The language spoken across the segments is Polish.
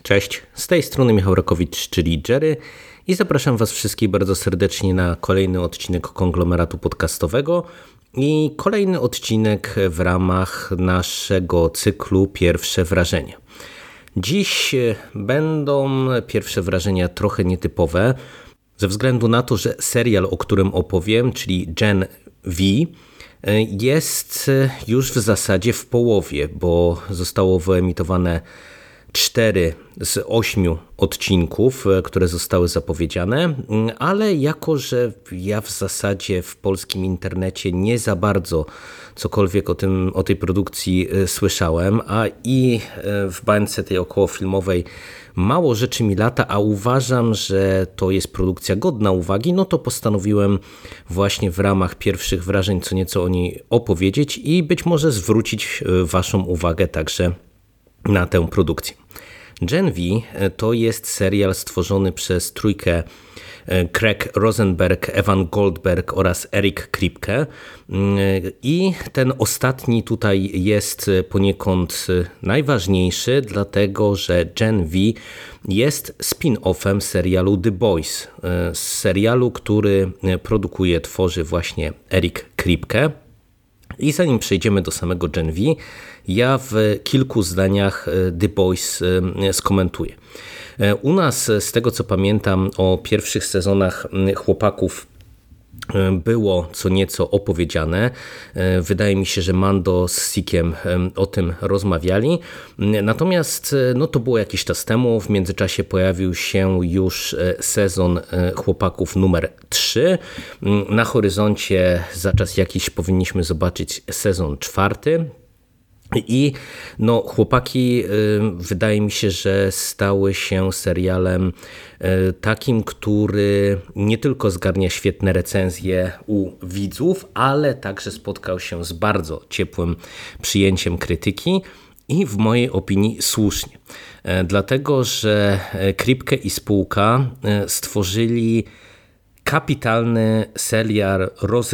Cześć, z tej strony Michał Rakowicz, czyli Jerry i zapraszam Was wszystkich bardzo serdecznie na kolejny odcinek konglomeratu podcastowego i kolejny odcinek w ramach naszego cyklu Pierwsze Wrażenia. Dziś będą pierwsze wrażenia trochę nietypowe, ze względu na to, że serial, o którym opowiem, czyli Gen V, jest już w zasadzie w połowie, bo zostało wyemitowane 4 z 8 odcinków, które zostały zapowiedziane, ale jako że ja w zasadzie w polskim internecie nie za bardzo cokolwiek o tej produkcji słyszałem, a i w bańce tej okołofilmowej mało rzeczy mi lata, a uważam, że to jest produkcja godna uwagi, no to postanowiłem właśnie w ramach pierwszych wrażeń co nieco o niej opowiedzieć i być może zwrócić Waszą uwagę także na tę produkcję. Gen V to jest serial stworzony przez trójkę Craig Rosenberg, Evan Goldberg oraz Eric Kripke i ten ostatni tutaj jest poniekąd najważniejszy, dlatego że Gen V jest spin-offem serialu The Boys, serialu, który tworzy właśnie Eric Kripke. I zanim przejdziemy do samego Gen V, ja w kilku zdaniach The Boys skomentuję. U nas, z tego co pamiętam, o pierwszych sezonach Chłopaków było co nieco opowiedziane. Wydaje mi się, że Mando z Sikiem o tym rozmawiali. Natomiast no, to było jakiś czas temu. W międzyczasie pojawił się już sezon Chłopaków numer 3. Na horyzoncie za czas jakiś powinniśmy zobaczyć sezon 4. I no, Chłopaki wydaje mi się, że stały się serialem takim, który nie tylko zgarnia świetne recenzje u widzów, ale także spotkał się z bardzo ciepłym przyjęciem krytyki i w mojej opinii słusznie. Dlatego, że Kripke i spółka stworzyli kapitalny serial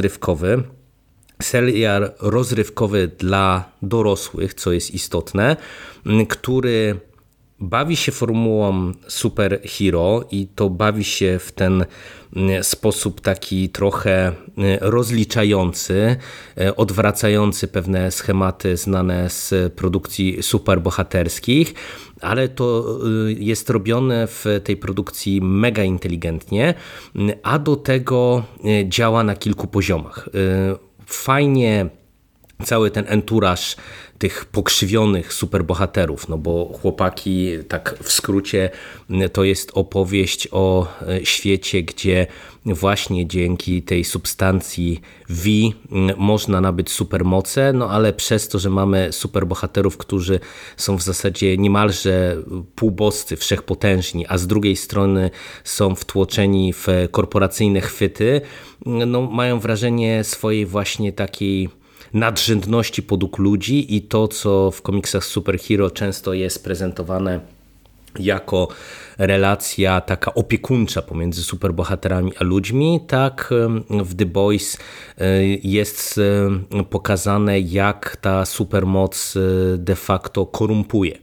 rozrywkowy dla dorosłych, co jest istotne, który bawi się formułą superhero i to bawi się w ten sposób taki trochę rozliczający, odwracający pewne schematy znane z produkcji superbohaterskich, ale to jest robione w tej produkcji mega inteligentnie, a do tego działa na kilku poziomach. Fajnie cały ten enturaż tych pokrzywionych superbohaterów, no bo Chłopaki, tak w skrócie, to jest opowieść o świecie, gdzie właśnie dzięki tej substancji V można nabyć supermoce, no ale przez to, że mamy superbohaterów, którzy są w zasadzie niemalże półboscy, wszechpotężni, a z drugiej strony są wtłoczeni w korporacyjne chwyty, no mają wrażenie swojej właśnie takiej nadrzędności podług ludzi i to, co w komiksach superhero często jest prezentowane jako relacja taka opiekuńcza pomiędzy superbohaterami a ludźmi, tak w The Boys jest pokazane, jak ta supermoc de facto korumpuje.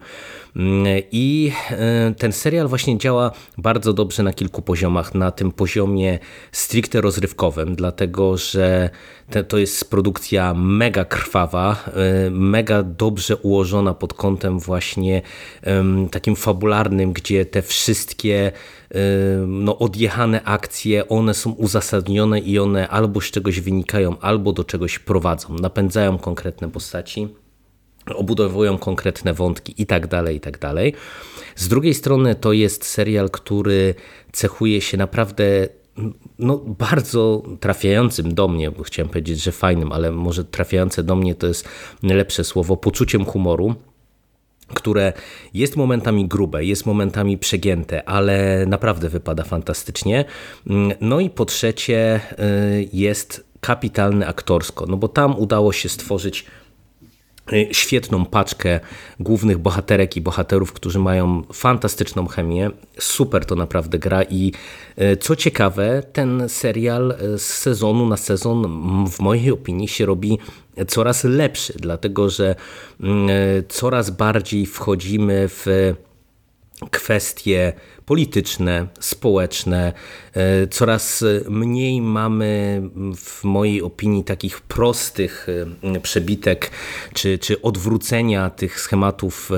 I ten serial właśnie działa bardzo dobrze na kilku poziomach. Na tym poziomie stricte rozrywkowym, dlatego że to jest produkcja mega krwawa, mega dobrze ułożona pod kątem właśnie takim fabularnym, gdzie te wszystkie odjechane akcje, one są uzasadnione i one albo z czegoś wynikają, albo do czegoś prowadzą, napędzają konkretne postaci, obudowują konkretne wątki i tak dalej, i tak dalej. Z drugiej strony to jest serial, który cechuje się naprawdę bardzo trafiającym do mnie, bo chciałem powiedzieć, że fajnym, ale może trafiające do mnie to jest lepsze słowo, poczuciem humoru, które jest momentami grube, jest momentami przegięte, ale naprawdę wypada fantastycznie. No i po trzecie jest kapitalne aktorsko, no bo tam udało się stworzyć świetną paczkę głównych bohaterek i bohaterów, którzy mają fantastyczną chemię. Super to naprawdę gra i co ciekawe, ten serial z sezonu na sezon w mojej opinii się robi coraz lepszy, dlatego że coraz bardziej wchodzimy w kwestie polityczne, społeczne. Coraz mniej mamy w mojej opinii takich prostych przebitek czy odwrócenia tych schematów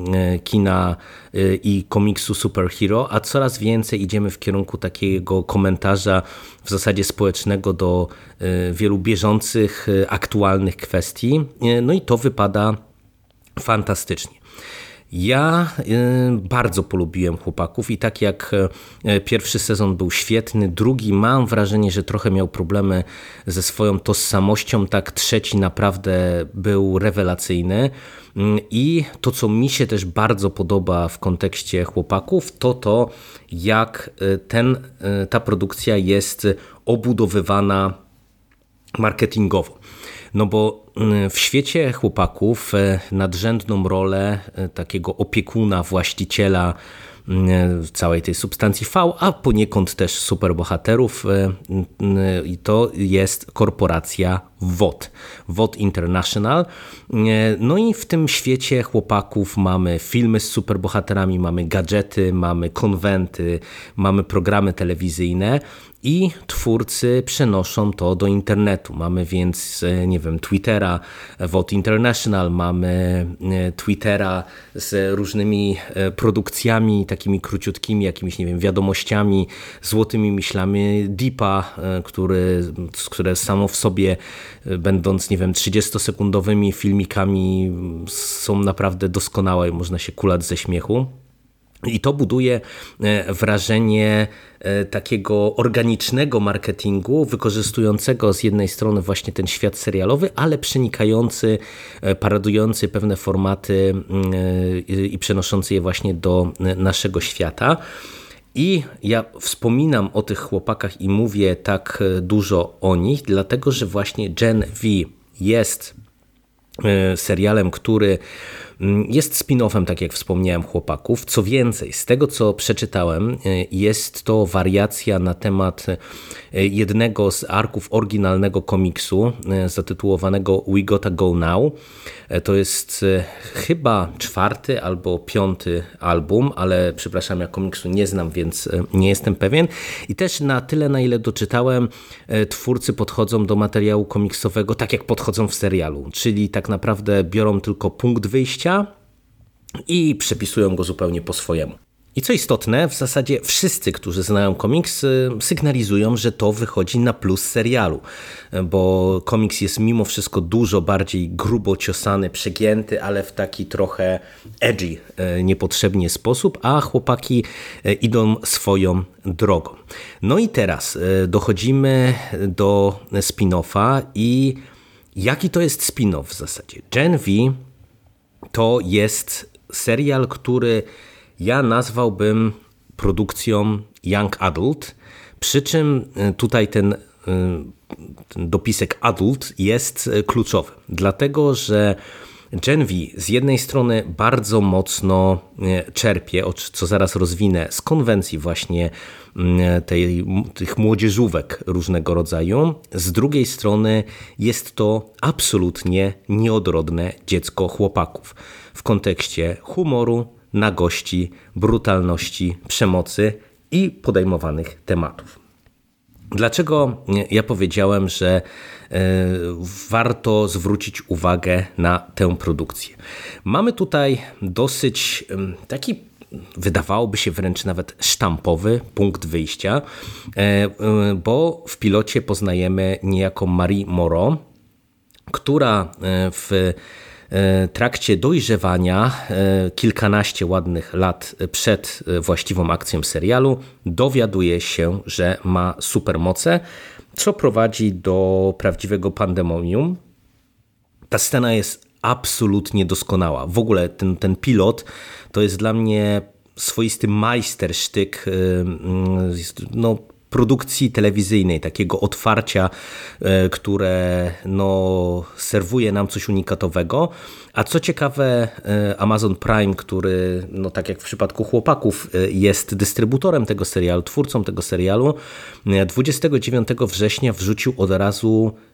kina i komiksu superhero, a coraz więcej idziemy w kierunku takiego komentarza w zasadzie społecznego do wielu bieżących, aktualnych kwestii. No i to wypada fantastycznie. Ja bardzo polubiłem Chłopaków i tak jak pierwszy sezon był świetny, drugi mam wrażenie, że trochę miał problemy ze swoją tożsamością, tak trzeci naprawdę był rewelacyjny. I to, co mi się też bardzo podoba w kontekście Chłopaków, to jak ta produkcja jest obudowywana marketingowo. No bo w świecie Chłopaków nadrzędną rolę takiego opiekuna, właściciela całej tej substancji V, a poniekąd też superbohaterów, i to jest korporacja VOD, VOD International. No i w tym świecie Chłopaków mamy filmy z superbohaterami, mamy gadżety, mamy konwenty, mamy programy telewizyjne i twórcy przenoszą to do internetu. Mamy więc, nie wiem, Twittera, VOD International, mamy Twittera z różnymi produkcjami, takimi jakimiś, nie wiem, wiadomościami, złotymi myślami Deepa, które samo w sobie, będąc, nie wiem, 30-sekundowymi filmikami, są naprawdę doskonałe i można się kulać ze śmiechu. I to buduje wrażenie takiego organicznego marketingu, wykorzystującego z jednej strony właśnie ten świat serialowy, ale przenikający, paradujący pewne formaty i przenoszący je właśnie do naszego świata. I ja wspominam o tych Chłopakach i mówię tak dużo o nich, dlatego że właśnie Gen V jest serialem, który jest spin-offem, tak jak wspomniałem, Chłopaków. Co więcej, z tego co przeczytałem, jest to wariacja na temat jednego z arków oryginalnego komiksu zatytułowanego We Gotta Go Now. To jest chyba 4. albo 5. album, ale przepraszam, ja komiksu nie znam, więc nie jestem pewien. I też na tyle, na ile doczytałem, twórcy podchodzą do materiału komiksowego tak jak podchodzą w serialu, czyli tak naprawdę biorą tylko punkt wyjścia i przepisują go zupełnie po swojemu. I co istotne, w zasadzie wszyscy, którzy znają komiks, sygnalizują, że to wychodzi na plus serialu, bo komiks jest mimo wszystko dużo bardziej grubo ciosany, przegięty, ale w taki trochę edgy, niepotrzebnie sposób, a Chłopaki idą swoją drogą. No i teraz dochodzimy do spin-offa i jaki to jest spin-off w zasadzie? Gen V to jest serial, który ja nazwałbym produkcją Young Adult, przy czym tutaj ten dopisek adult jest kluczowy, dlatego że Gen V z jednej strony bardzo mocno czerpie, co zaraz rozwinę, z konwencji właśnie tych młodzieżówek różnego rodzaju. Z drugiej strony jest to absolutnie nieodrodne dziecko Chłopaków w kontekście humoru, nagości, brutalności, przemocy i podejmowanych tematów. Dlaczego ja powiedziałem, że warto zwrócić uwagę na tę produkcję? Mamy tutaj dosyć taki, wydawałoby się wręcz nawet sztampowy punkt wyjścia, bo w pilocie poznajemy niejako Marie Moreau, która w trakcie dojrzewania, kilkanaście ładnych lat przed właściwą akcją serialu, dowiaduje się, że ma supermoce, co prowadzi do prawdziwego pandemonium. Ta scena jest absolutnie doskonała. W ogóle ten pilot to jest dla mnie swoisty majstersztyk, no, produkcji telewizyjnej, takiego otwarcia, które no, serwuje nam coś unikatowego. A co ciekawe, Amazon Prime, który, no, tak jak w przypadku Chłopaków, jest dystrybutorem tego serialu, twórcą tego serialu, 29 września wrzucił od razu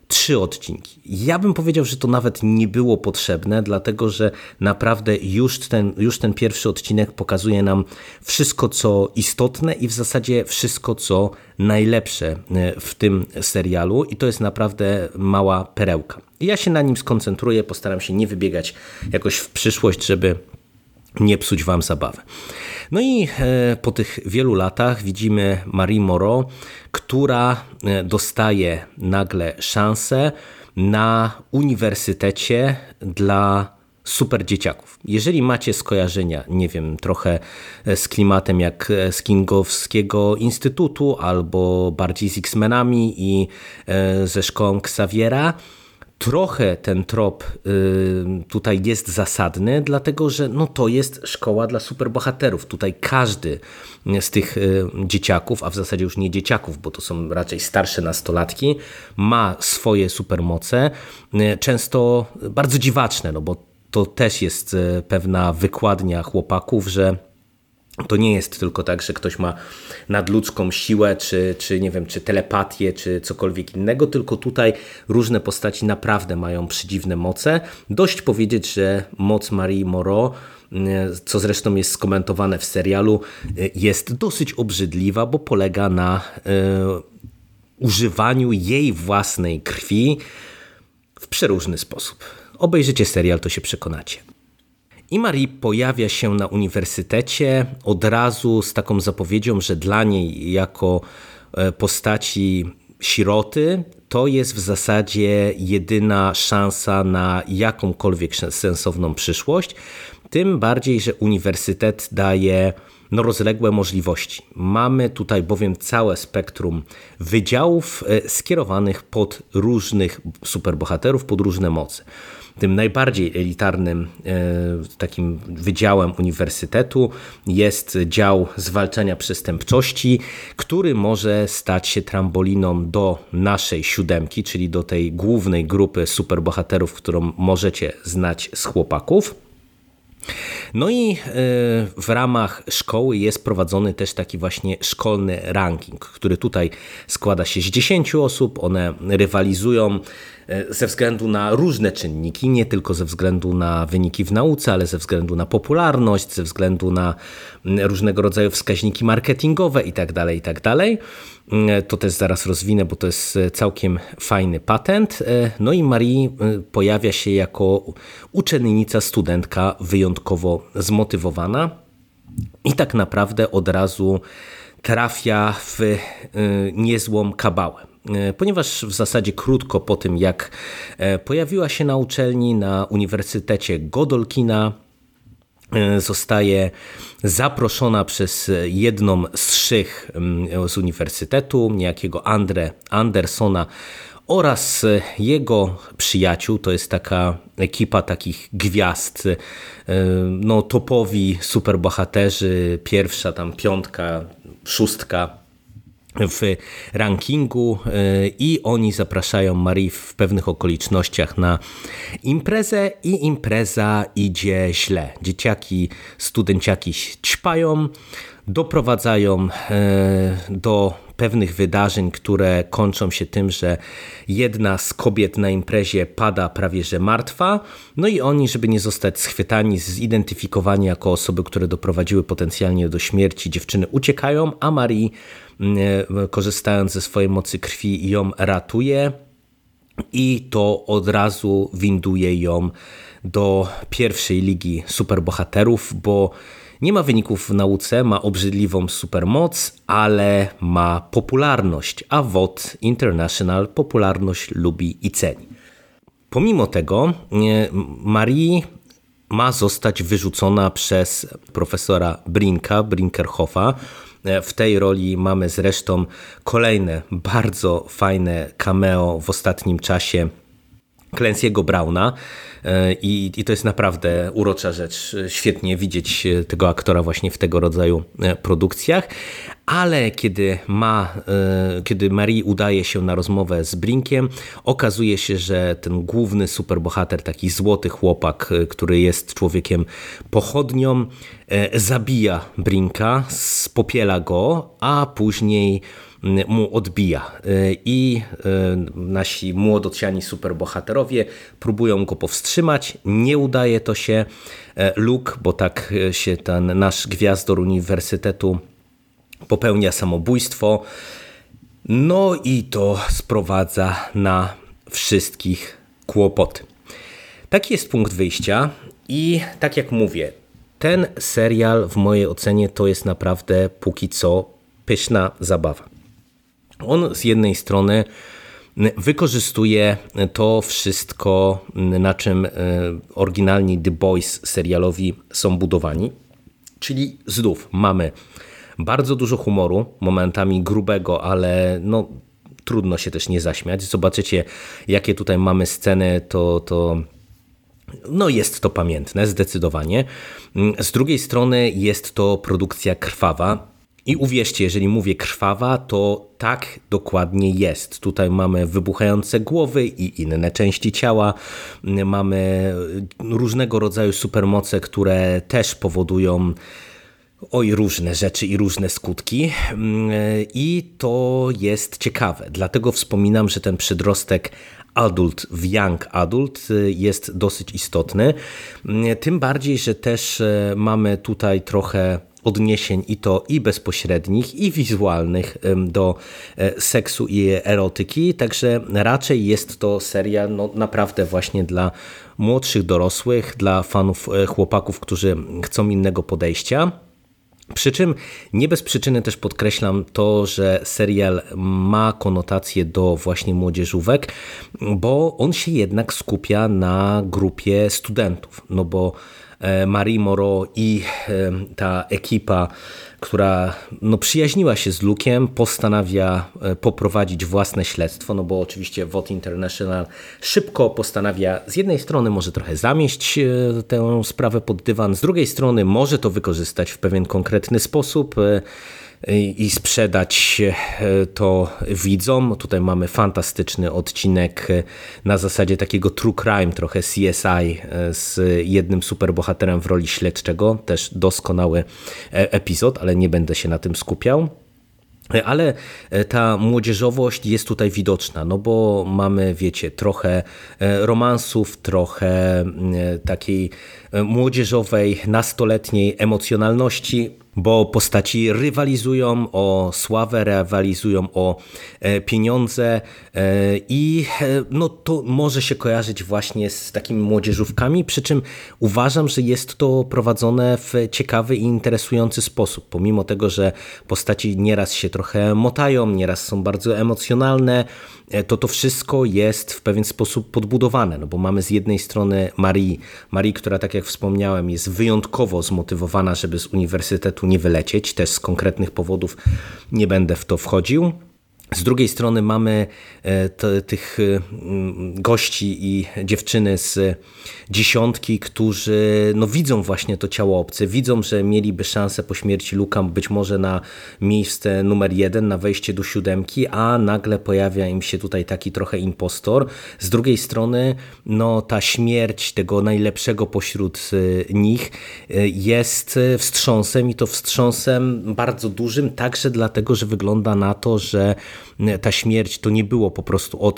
3 odcinki. Ja bym powiedział, że to nawet nie było potrzebne, dlatego że naprawdę już ten pierwszy odcinek pokazuje nam wszystko, co istotne i w zasadzie wszystko, co najlepsze w tym serialu i to jest naprawdę mała perełka. Ja się na nim skoncentruję, postaram się nie wybiegać jakoś w przyszłość, żeby nie psuć wam zabawy. No i po tych wielu latach widzimy Marie Moreau, która dostaje nagle szansę na uniwersytecie dla super dzieciaków. Jeżeli macie skojarzenia, nie wiem, trochę z klimatem jak z Kingowskiego Instytutu albo bardziej z X-Menami i ze szkołą Xaviera, trochę ten trop tutaj jest zasadny, dlatego że no to jest szkoła dla superbohaterów. Tutaj każdy z tych dzieciaków, a w zasadzie już nie dzieciaków, bo to są raczej starsze nastolatki, ma swoje supermoce, często bardzo dziwaczne, no bo to też jest pewna wykładnia chłopaków, że to nie jest tylko tak, że ktoś ma nadludzką siłę, czy nie wiem, czy telepatię, czy cokolwiek innego, tylko tutaj różne postaci naprawdę mają przedziwne moce. Dość powiedzieć, że moc Marie Moreau, co zresztą jest skomentowane w serialu, jest dosyć obrzydliwa, bo polega na używaniu jej własnej krwi w przeróżny sposób. Obejrzycie serial, to się przekonacie. I Marie pojawia się na uniwersytecie od razu z taką zapowiedzią, że dla niej jako postaci siroty to jest w zasadzie jedyna szansa na jakąkolwiek sensowną przyszłość. Tym bardziej, że uniwersytet daje rozległe możliwości. Mamy tutaj bowiem całe spektrum wydziałów skierowanych pod różnych superbohaterów, pod różne moce. Tym najbardziej elitarnym takim wydziałem uniwersytetu jest dział zwalczania przestępczości, który może stać się tramboliną do naszej 7, czyli do tej głównej grupy superbohaterów, którą możecie znać z chłopaków. No i w ramach szkoły jest prowadzony też taki właśnie szkolny ranking, który tutaj składa się z 10 osób. One rywalizują ze względu na różne czynniki, nie tylko ze względu na wyniki w nauce, ale ze względu na popularność, ze względu na różnego rodzaju wskaźniki marketingowe itd., itd. To też zaraz rozwinę, bo to jest całkiem fajny patent. No i Marie pojawia się jako uczennica, studentka wyjątkowo zmotywowana i tak naprawdę od razu trafia w niezłą kabałę. Ponieważ w zasadzie krótko po tym, jak pojawiła się na uczelni, na Uniwersytecie Godolkina, zostaje zaproszona przez jedną z szych z uniwersytetu, niejakiego Andre Andersona oraz jego przyjaciół. To jest taka ekipa takich gwiazd, no topowi superbohaterzy, pierwsza tam 5, 6 w rankingu i oni zapraszają Marie w pewnych okolicznościach na imprezę i impreza idzie źle. Dzieciaki, studenciaki ćpają, doprowadzają do pewnych wydarzeń, które kończą się tym, że jedna z kobiet na imprezie pada prawie że martwa, no i oni, żeby nie zostać schwytani, zidentyfikowani jako osoby, które doprowadziły potencjalnie do śmierci dziewczyny, uciekają, a Marie, korzystając ze swojej mocy krwi, ją ratuje i to od razu winduje ją do pierwszej ligi superbohaterów, bo nie ma wyników w nauce, ma obrzydliwą supermoc, ale ma popularność, a WOT International popularność lubi i ceni. Pomimo tego Marie ma zostać wyrzucona przez profesora Brinkerhoffa. W tej roli mamy zresztą kolejne bardzo fajne cameo w ostatnim czasie Clancy'ego Browna i to jest naprawdę urocza rzecz. Świetnie widzieć tego aktora właśnie w tego rodzaju produkcjach, ale kiedy Marie udaje się na rozmowę z Brinkiem, okazuje się, że ten główny superbohater, taki złoty chłopak, który jest człowiekiem pochodnią, zabija Brinka, spopiela go, a później mu odbija. I nasi młodociani superbohaterowie próbują go powstrzymać, nie udaje to się. Luke, bo tak się ten nasz gwiazdor uniwersytetu popełnia samobójstwo, no i to sprowadza na wszystkich kłopoty. Taki jest punkt wyjścia i tak jak mówię, ten serial w mojej ocenie to jest naprawdę póki co pyszna zabawa. On z jednej strony wykorzystuje to wszystko, na czym oryginalni The Boys serialowi są budowani, czyli znów mamy bardzo dużo humoru, momentami grubego, ale no, trudno się też nie zaśmiać. Zobaczycie, jakie tutaj mamy sceny, to no jest to pamiętne, zdecydowanie. Z drugiej strony jest to produkcja krwawa i uwierzcie, jeżeli mówię krwawa, to tak dokładnie jest. Tutaj mamy wybuchające głowy i inne części ciała, mamy różnego rodzaju supermoce, które też powodują różne rzeczy i różne skutki i to jest ciekawe. Dlatego wspominam, że ten przedrostek adult w young adult jest dosyć istotny. Tym bardziej, że też mamy tutaj trochę odniesień i bezpośrednich, i wizualnych do seksu i erotyki, także raczej jest to serial no, naprawdę właśnie dla młodszych dorosłych, dla fanów chłopaków, którzy chcą innego podejścia. Przy czym nie bez przyczyny też podkreślam to, że serial ma konotację do właśnie młodzieżówek, bo on się jednak skupia na grupie studentów, no bo Marie Moreau i ta ekipa, która no, przyjaźniła się z Luke'em, postanawia poprowadzić własne śledztwo, no bo oczywiście VOT International szybko postanawia z jednej strony może trochę zamieść tę sprawę pod dywan, z drugiej strony może to wykorzystać w pewien konkretny sposób i sprzedać to widzom. Tutaj mamy fantastyczny odcinek na zasadzie takiego true crime, trochę CSI z jednym superbohaterem w roli śledczego. Też doskonały epizod, ale nie będę się na tym skupiał. Ale ta młodzieżowość jest tutaj widoczna, no bo mamy, wiecie, trochę romansów, trochę takiej młodzieżowej, nastoletniej emocjonalności, bo postaci rywalizują o sławę, rywalizują o pieniądze i no to może się kojarzyć właśnie z takimi młodzieżówkami, przy czym uważam, że jest to prowadzone w ciekawy i interesujący sposób, pomimo tego, że postaci nieraz się trochę motają, nieraz są bardzo emocjonalne, to wszystko jest w pewien sposób podbudowane, no bo mamy z jednej strony Marie, która tak jak wspomniałem jest wyjątkowo zmotywowana, żeby z uniwersytetu nie wylecieć, też z konkretnych powodów nie będę w to wchodził. Z drugiej strony mamy tych gości i dziewczyny z dziesiątki, którzy no, widzą właśnie to ciało obce, widzą, że mieliby szansę po śmierci Luke'a być może na miejsce numer 1, na wejście do 7, a nagle pojawia im się tutaj taki trochę impostor. Z drugiej strony no, ta śmierć tego najlepszego pośród nich jest wstrząsem i to wstrząsem bardzo dużym, także dlatego, że wygląda na to, że ta śmierć to nie było po prostu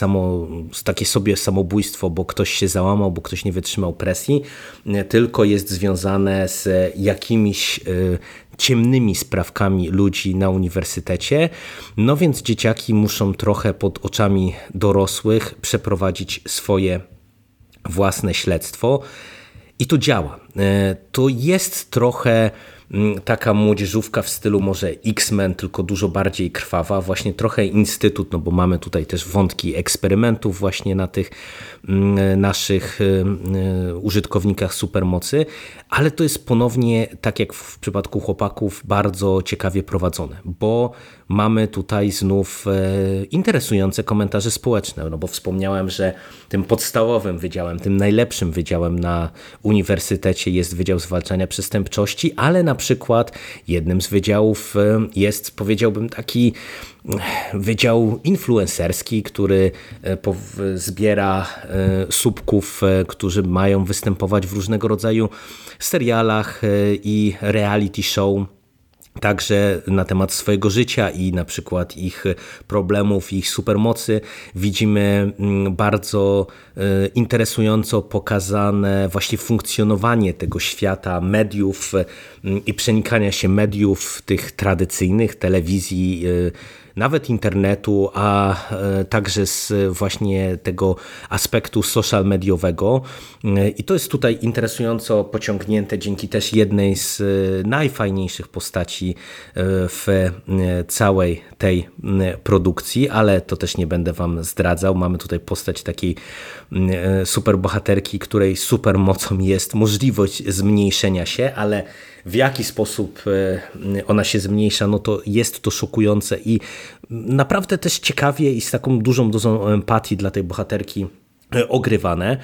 takie sobie samobójstwo, bo ktoś się załamał, bo ktoś nie wytrzymał presji, tylko jest związane z jakimiś ciemnymi sprawkami ludzi na uniwersytecie. No więc dzieciaki muszą trochę pod oczami dorosłych przeprowadzić swoje własne śledztwo i to działa. To jest trochę taka młodzieżówka w stylu może X-Men, tylko dużo bardziej krwawa, właśnie trochę Instytut, no bo mamy tutaj też wątki eksperymentów właśnie na tych naszych użytkownikach supermocy, ale to jest ponownie, tak jak w przypadku chłopaków, bardzo ciekawie prowadzone, bo mamy tutaj znów interesujące komentarze społeczne, no bo wspomniałem, że tym podstawowym wydziałem, tym najlepszym wydziałem na uniwersytecie jest Wydział Zwalczania Przestępczości, ale na przykład jednym z wydziałów jest, powiedziałbym, taki wydział influencerski, który zbiera słupków, którzy mają występować w różnego rodzaju serialach i reality show. także na temat swojego życia i na przykład ich problemów, ich supermocy. Widzimy bardzo interesująco pokazane właśnie funkcjonowanie tego świata mediów i przenikania się mediów tych tradycyjnych, telewizji, nawet internetu, a także z właśnie tego aspektu social mediowego. I to jest tutaj interesująco pociągnięte dzięki też jednej z najfajniejszych postaci w całej tej produkcji, ale to też nie będę wam zdradzał. Mamy tutaj postać takiej superbohaterki, której supermocą jest możliwość zmniejszenia się, ale w jaki sposób ona się zmniejsza, no to jest to szokujące i naprawdę też ciekawie i z taką dużą dozą empatii dla tej bohaterki ogrywane.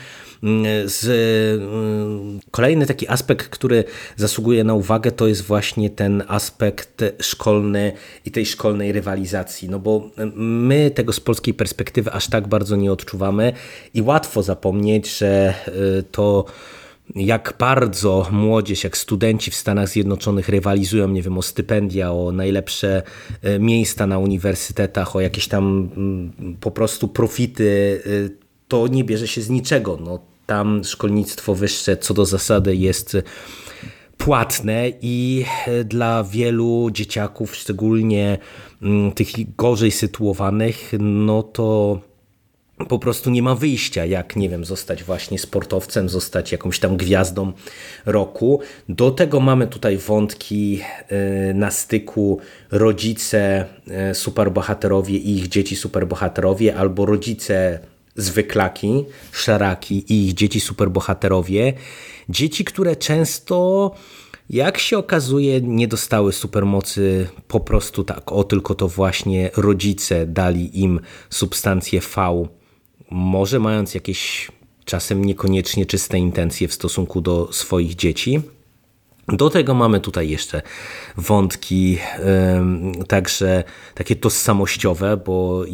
Kolejny taki aspekt, który zasługuje na uwagę, to jest właśnie ten aspekt szkolny i tej szkolnej rywalizacji, no bo my tego z polskiej perspektywy aż tak bardzo nie odczuwamy i łatwo zapomnieć, że to jak bardzo młodzież, jak studenci w Stanach Zjednoczonych rywalizują, nie wiem, o stypendia, o najlepsze miejsca na uniwersytetach, o jakieś tam po prostu profity, to nie bierze się z niczego. No, tam szkolnictwo wyższe co do zasady jest płatne i dla wielu dzieciaków, szczególnie tych gorzej sytuowanych, no to po prostu nie ma wyjścia, jak nie wiem, zostać właśnie sportowcem, zostać jakąś tam gwiazdą roku. Do tego mamy tutaj wątki na styku rodzice superbohaterowie i ich dzieci superbohaterowie, albo rodzice zwyklaki, szaraki i ich dzieci superbohaterowie. Dzieci, które często, jak się okazuje, nie dostały supermocy po prostu tak, tylko to właśnie rodzice dali im substancję V, może mając jakieś czasem niekoniecznie czyste intencje w stosunku do swoich dzieci. Do tego mamy tutaj jeszcze wątki także takie tożsamościowe, bo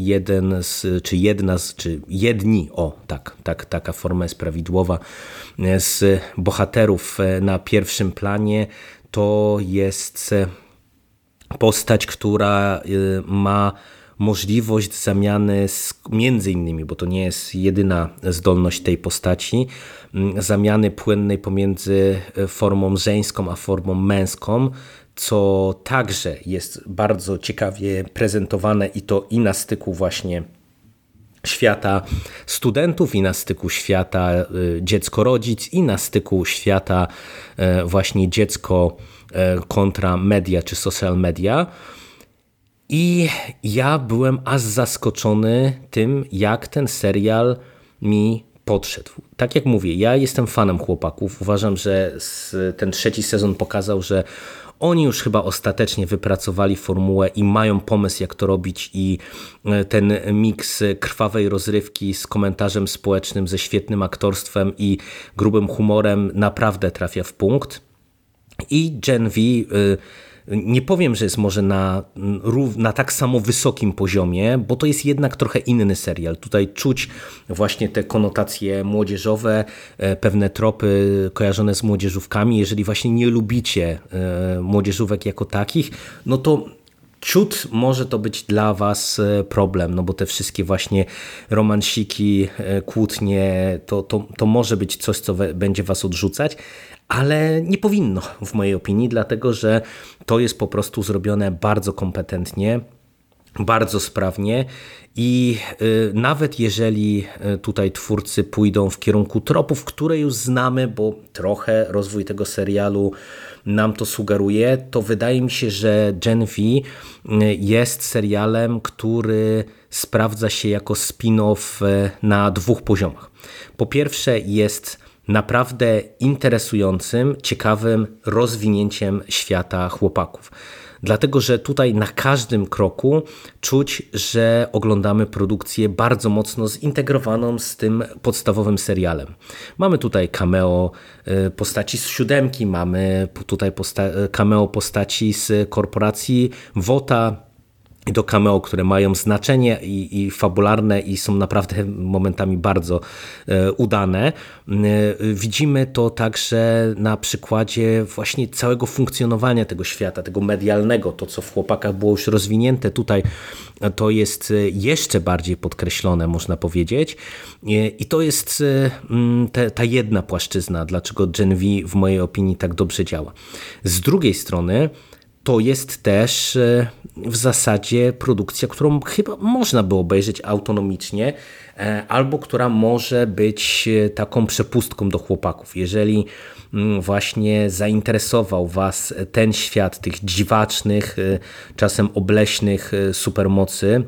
taka forma jest prawidłowa, z bohaterów na pierwszym planie to jest postać, która ma możliwość zamiany między innymi, bo to nie jest jedyna zdolność tej postaci, zamiany płynnej pomiędzy formą żeńską a formą męską, co także jest bardzo ciekawie prezentowane i to i na styku właśnie świata studentów, i na styku świata dziecko-rodzic, i na styku świata właśnie dziecko kontra media czy social media. I ja byłem aż zaskoczony tym, jak ten serial mi podszedł. Tak jak mówię, ja jestem fanem chłopaków. Uważam, że ten trzeci sezon pokazał, że oni już chyba ostatecznie wypracowali formułę i mają pomysł, jak to robić, i ten miks krwawej rozrywki z komentarzem społecznym, ze świetnym aktorstwem i grubym humorem naprawdę trafia w punkt. I Gen V, nie powiem, że jest może na tak samo wysokim poziomie, bo to jest jednak trochę inny serial. Tutaj czuć właśnie te konotacje młodzieżowe, pewne tropy kojarzone z młodzieżówkami. Jeżeli właśnie nie lubicie młodzieżówek jako takich, no to ciut może to być dla was problem, no bo te wszystkie właśnie romansiki, kłótnie, to może być coś, co będzie was odrzucać, ale nie powinno w mojej opinii, dlatego że to jest po prostu zrobione bardzo kompetentnie, bardzo sprawnie i nawet jeżeli tutaj twórcy pójdą w kierunku tropów, które już znamy, bo trochę rozwój tego serialu nam to sugeruje, to wydaje mi się, że Gen V jest serialem, który sprawdza się jako spin-off na dwóch poziomach. Po pierwsze jest naprawdę interesującym, ciekawym rozwinięciem świata chłopaków. Dlatego, że tutaj na każdym kroku czuć, że oglądamy produkcję bardzo mocno zintegrowaną z tym podstawowym serialem. Mamy tutaj cameo postaci z siódemki, mamy tutaj cameo postaci z korporacji WOTA, i do cameo, które mają znaczenie i fabularne i są naprawdę momentami bardzo udane. Widzimy to także na przykładzie właśnie całego funkcjonowania tego świata, tego medialnego, to co w Chłopakach było już rozwinięte, tutaj to jest jeszcze bardziej podkreślone, można powiedzieć. I to jest ta jedna płaszczyzna, dlaczego Gen V w mojej opinii tak dobrze działa. Z drugiej strony to jest też w zasadzie produkcja, którą chyba można by obejrzeć autonomicznie, albo która może być taką przepustką do Chłopaków. Jeżeli właśnie zainteresował Was ten świat tych dziwacznych, czasem obleśnych supermocy,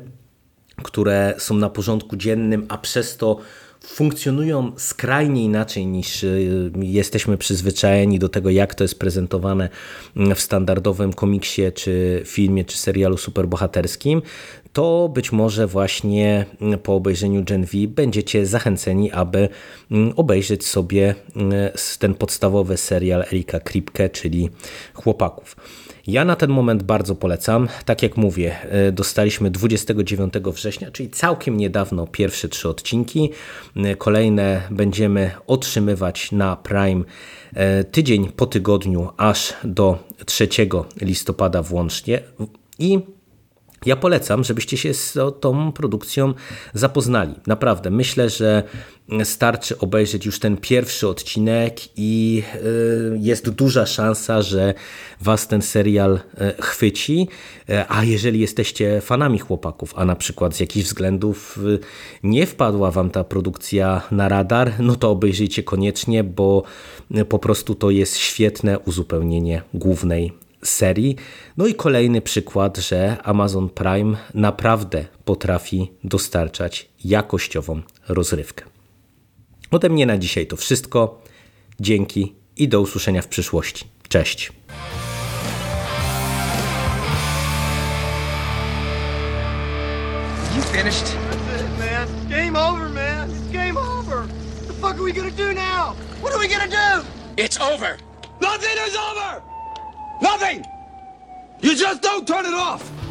które są na porządku dziennym, a przez to funkcjonują skrajnie inaczej niż jesteśmy przyzwyczajeni do tego, jak to jest prezentowane w standardowym komiksie, czy filmie, czy serialu superbohaterskim, to być może właśnie po obejrzeniu Gen V będziecie zachęceni, aby obejrzeć sobie ten podstawowy serial Erika Kripke, czyli Chłopaków. Ja na ten moment bardzo polecam. Tak jak mówię, dostaliśmy 29 września, czyli całkiem niedawno pierwsze 3 odcinki. Kolejne będziemy otrzymywać na Prime tydzień po tygodniu, aż do 3 listopada włącznie. I ja polecam, żebyście się z tą produkcją zapoznali. Naprawdę, myślę, że starczy obejrzeć już ten pierwszy odcinek i jest duża szansa, że Was ten serial chwyci. A jeżeli jesteście fanami Chłopaków, a na przykład z jakichś względów nie wpadła Wam ta produkcja na radar, no to obejrzyjcie koniecznie, bo po prostu to jest świetne uzupełnienie głównej serii. No i kolejny przykład, że Amazon Prime naprawdę potrafi dostarczać jakościową rozrywkę. Ode mnie na dzisiaj to wszystko. Dzięki i do usłyszenia w przyszłości. Cześć! You finished? That's it, man. Game over, man. It's game over. What the fuck are we gonna do now? What are we gonna do? It's over. Nothing is over! Nothing! You just don't turn it off!